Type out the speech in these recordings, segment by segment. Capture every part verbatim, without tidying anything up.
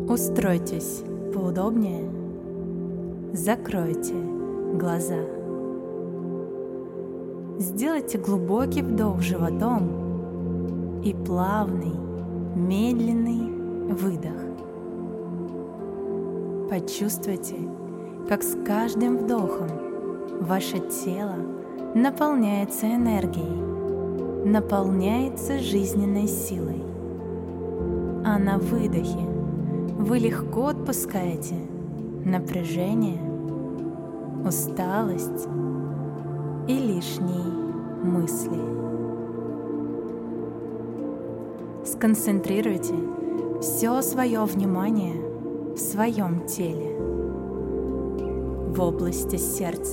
Устройтесь поудобнее, закройте глаза. Сделайте глубокий вдох животом и плавный, медленный выдох. Почувствуйте, как с каждым вдохом ваше тело наполняется энергией, наполняется жизненной силой. А на выдохе вы легко отпускаете напряжение, усталость и лишние мысли. Сконцентрируйте все свое внимание в своем теле, в области сердца.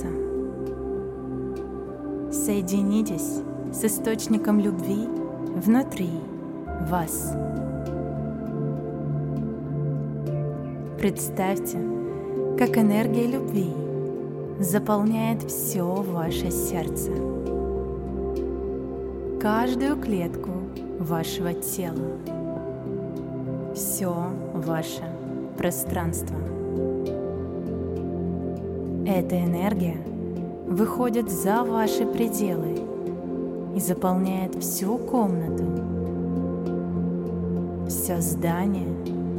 Соединитесь с источником любви внутри вас. Представьте, как энергия любви заполняет все ваше сердце, каждую клетку вашего тела, все ваше пространство. Эта энергия выходит за ваши пределы и заполняет всю комнату, все здание,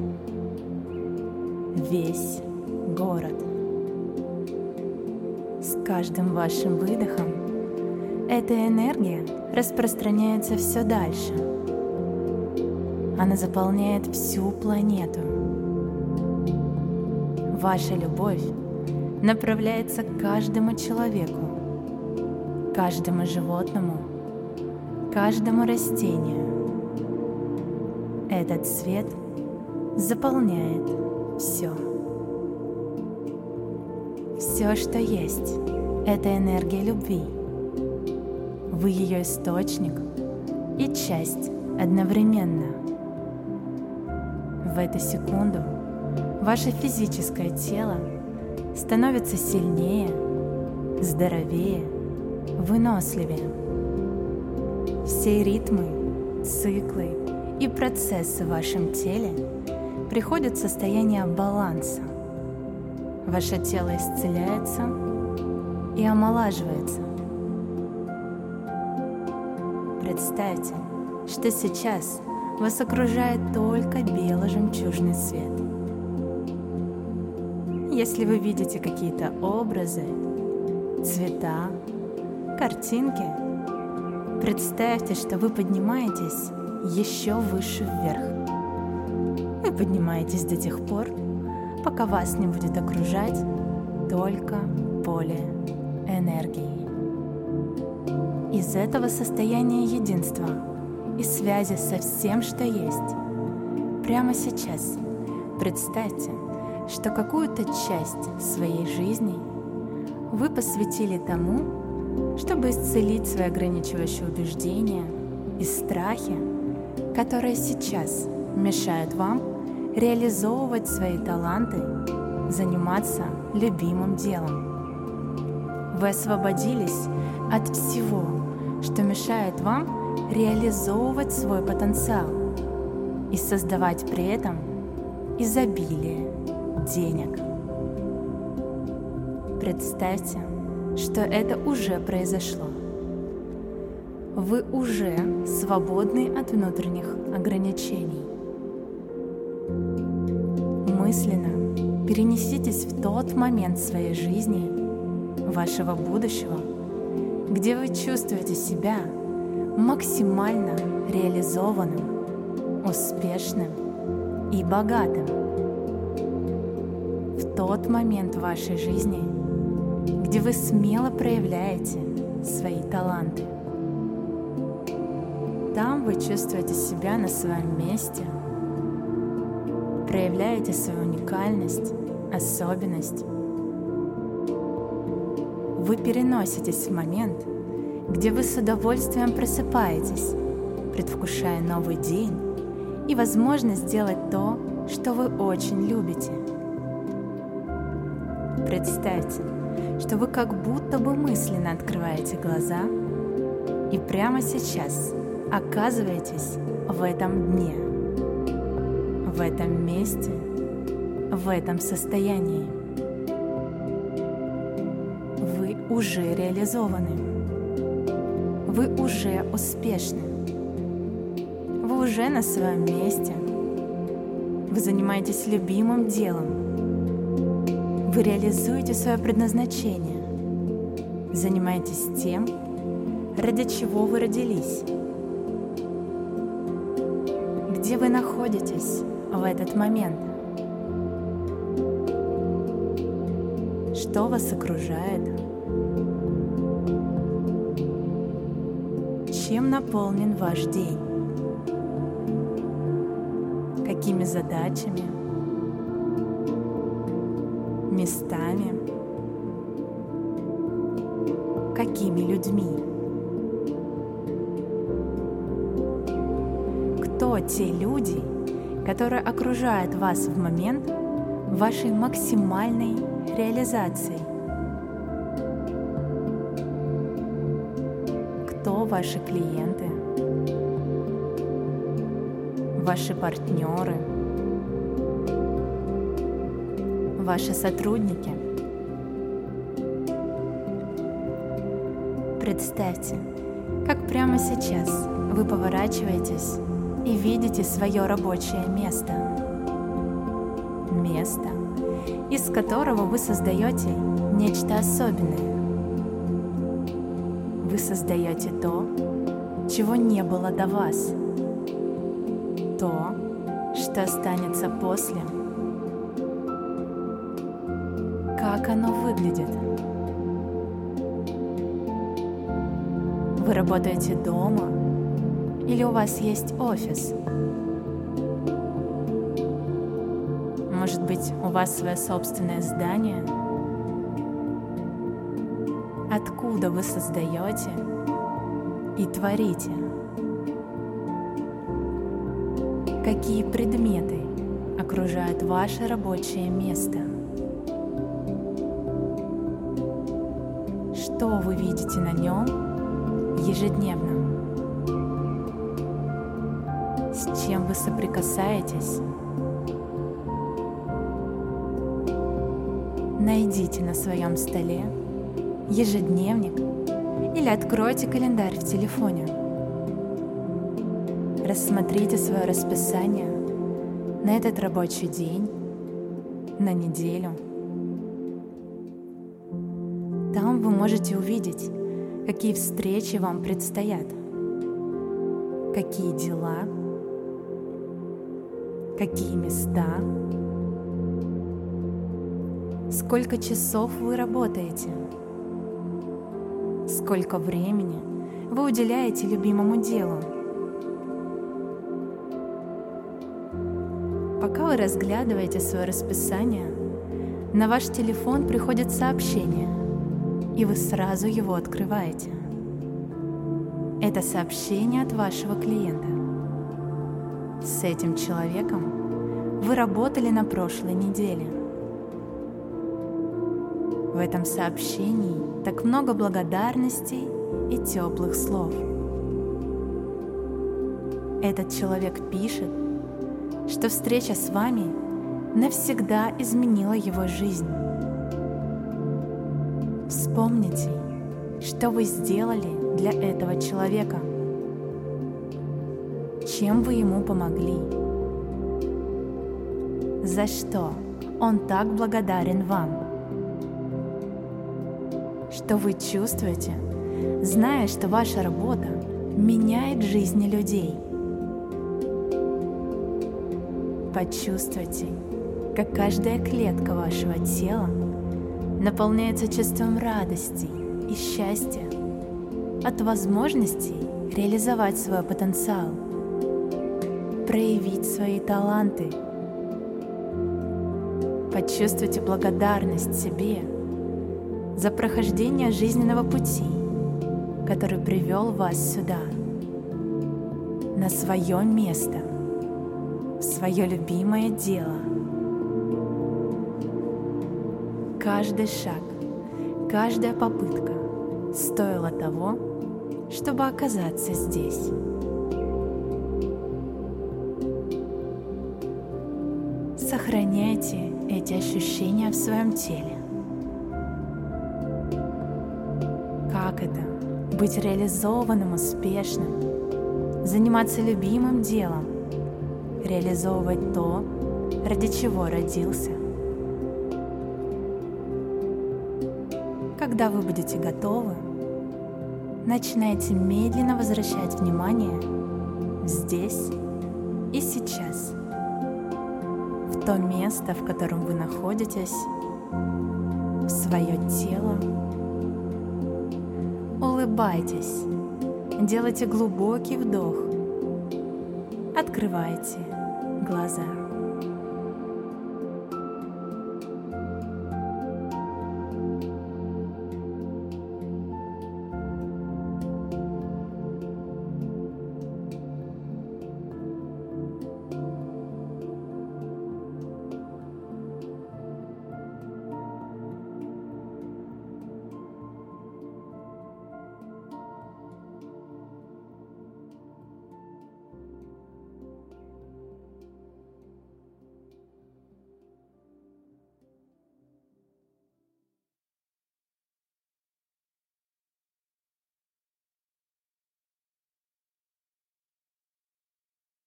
весь город. С каждым вашим выдохом эта энергия распространяется все дальше. Она заполняет всю планету. Ваша любовь направляется к каждому человеку, каждому животному, каждому растению. Этот свет заполняет все. Все, что есть, это энергия любви. Вы ее источник и часть одновременно. В эту секунду ваше физическое тело становится сильнее, здоровее, выносливее. Все ритмы, циклы и процессы в вашем теле приходят в состояние баланса. Ваше тело исцеляется и омолаживается. Представьте, что сейчас вас окружает только бело-жемчужный свет. Если вы видите какие-то образы, цвета, картинки, представьте, что вы поднимаетесь еще выше вверх. Вы поднимаетесь до тех пор, пока вас не будет окружать только поле энергии. Из этого состояния единства и связи со всем, что есть, прямо сейчас представьте, что какую-то часть своей жизни вы посвятили тому, чтобы исцелить свои ограничивающие убеждения и страхи, которые сейчас мешают вам реализовывать свои таланты, заниматься любимым делом. Вы освободились от всего, что мешает вам реализовывать свой потенциал и создавать при этом изобилие денег. Представьте, что это уже произошло. Вы уже свободны от внутренних ограничений. Мысленно перенеситесь в тот момент своей жизни, вашего будущего, где вы чувствуете себя максимально реализованным, успешным и богатым. В тот момент в вашей жизни, где вы смело проявляете свои таланты. Там вы чувствуете себя на своем месте, проявляете свою уникальность, особенность. Вы переноситесь в момент, где вы с удовольствием просыпаетесь, предвкушая новый день и возможность сделать то, что вы очень любите. Представьте, что вы как будто бы мысленно открываете глаза и прямо сейчас оказываетесь в этом дне, в этом месте в этом состоянии. Вы уже реализованы. Вы уже успешны. Вы уже на своем месте. Вы занимаетесь любимым делом. Вы реализуете свое предназначение. Занимаетесь тем, ради чего вы родились. Где вы находитесь в этот момент? Что вас окружает? Чем наполнен ваш день? Какими задачами? Местами? Какими людьми? Кто те люди, которые окружают вас в момент вашей максимальной реализации? Кто ваши клиенты? Ваши партнеры? Ваши сотрудники? Представьте, как прямо сейчас вы поворачиваетесь и видите свое рабочее место. Место, из которого вы создаете нечто особенное. Вы создаете то, чего не было до вас. То, что останется после. Как оно выглядит? Вы работаете дома или у вас есть офис? Может быть, у вас свое собственное здание? Откуда вы создаете и творите? Какие предметы окружают ваше рабочее место? Что вы видите на нем ежедневно? С чем вы соприкасаетесь? Найдите на своем столе ежедневник или откройте календарь в телефоне. Рассмотрите свое расписание на этот рабочий день, на неделю. Там вы можете увидеть, какие встречи вам предстоят, какие дела, какие места, сколько часов вы работаете, сколько времени вы уделяете любимому делу. Пока вы разглядываете свое расписание, на ваш телефон приходит сообщение, и вы сразу его открываете. Это сообщение от вашего клиента. С этим человеком вы работали на прошлой неделе. В этом сообщении так много благодарностей и теплых слов. Этот человек пишет, что встреча с вами навсегда изменила его жизнь. Вспомните, что вы сделали для этого человека, чем вы ему помогли, за что он так благодарен вам, что вы чувствуете, зная, что ваша работа меняет жизни людей. Почувствуйте, как каждая клетка вашего тела наполняется чувством радости и счастья от возможности реализовать свой потенциал, проявить свои таланты. Почувствуйте благодарность себе за прохождение жизненного пути, который привел вас сюда, на свое место, в свое любимое дело. Каждый шаг, каждая попытка стоила того, чтобы оказаться здесь. Сохраняйте эти ощущения в своем теле. Как это — быть реализованным, успешным, заниматься любимым делом, реализовывать то, ради чего родился. Когда вы будете готовы, начинайте медленно возвращать внимание здесь и сейчас, в то место, в котором вы находитесь, в свое тело. Улыбайтесь, делайте глубокий вдох, открывайте глаза.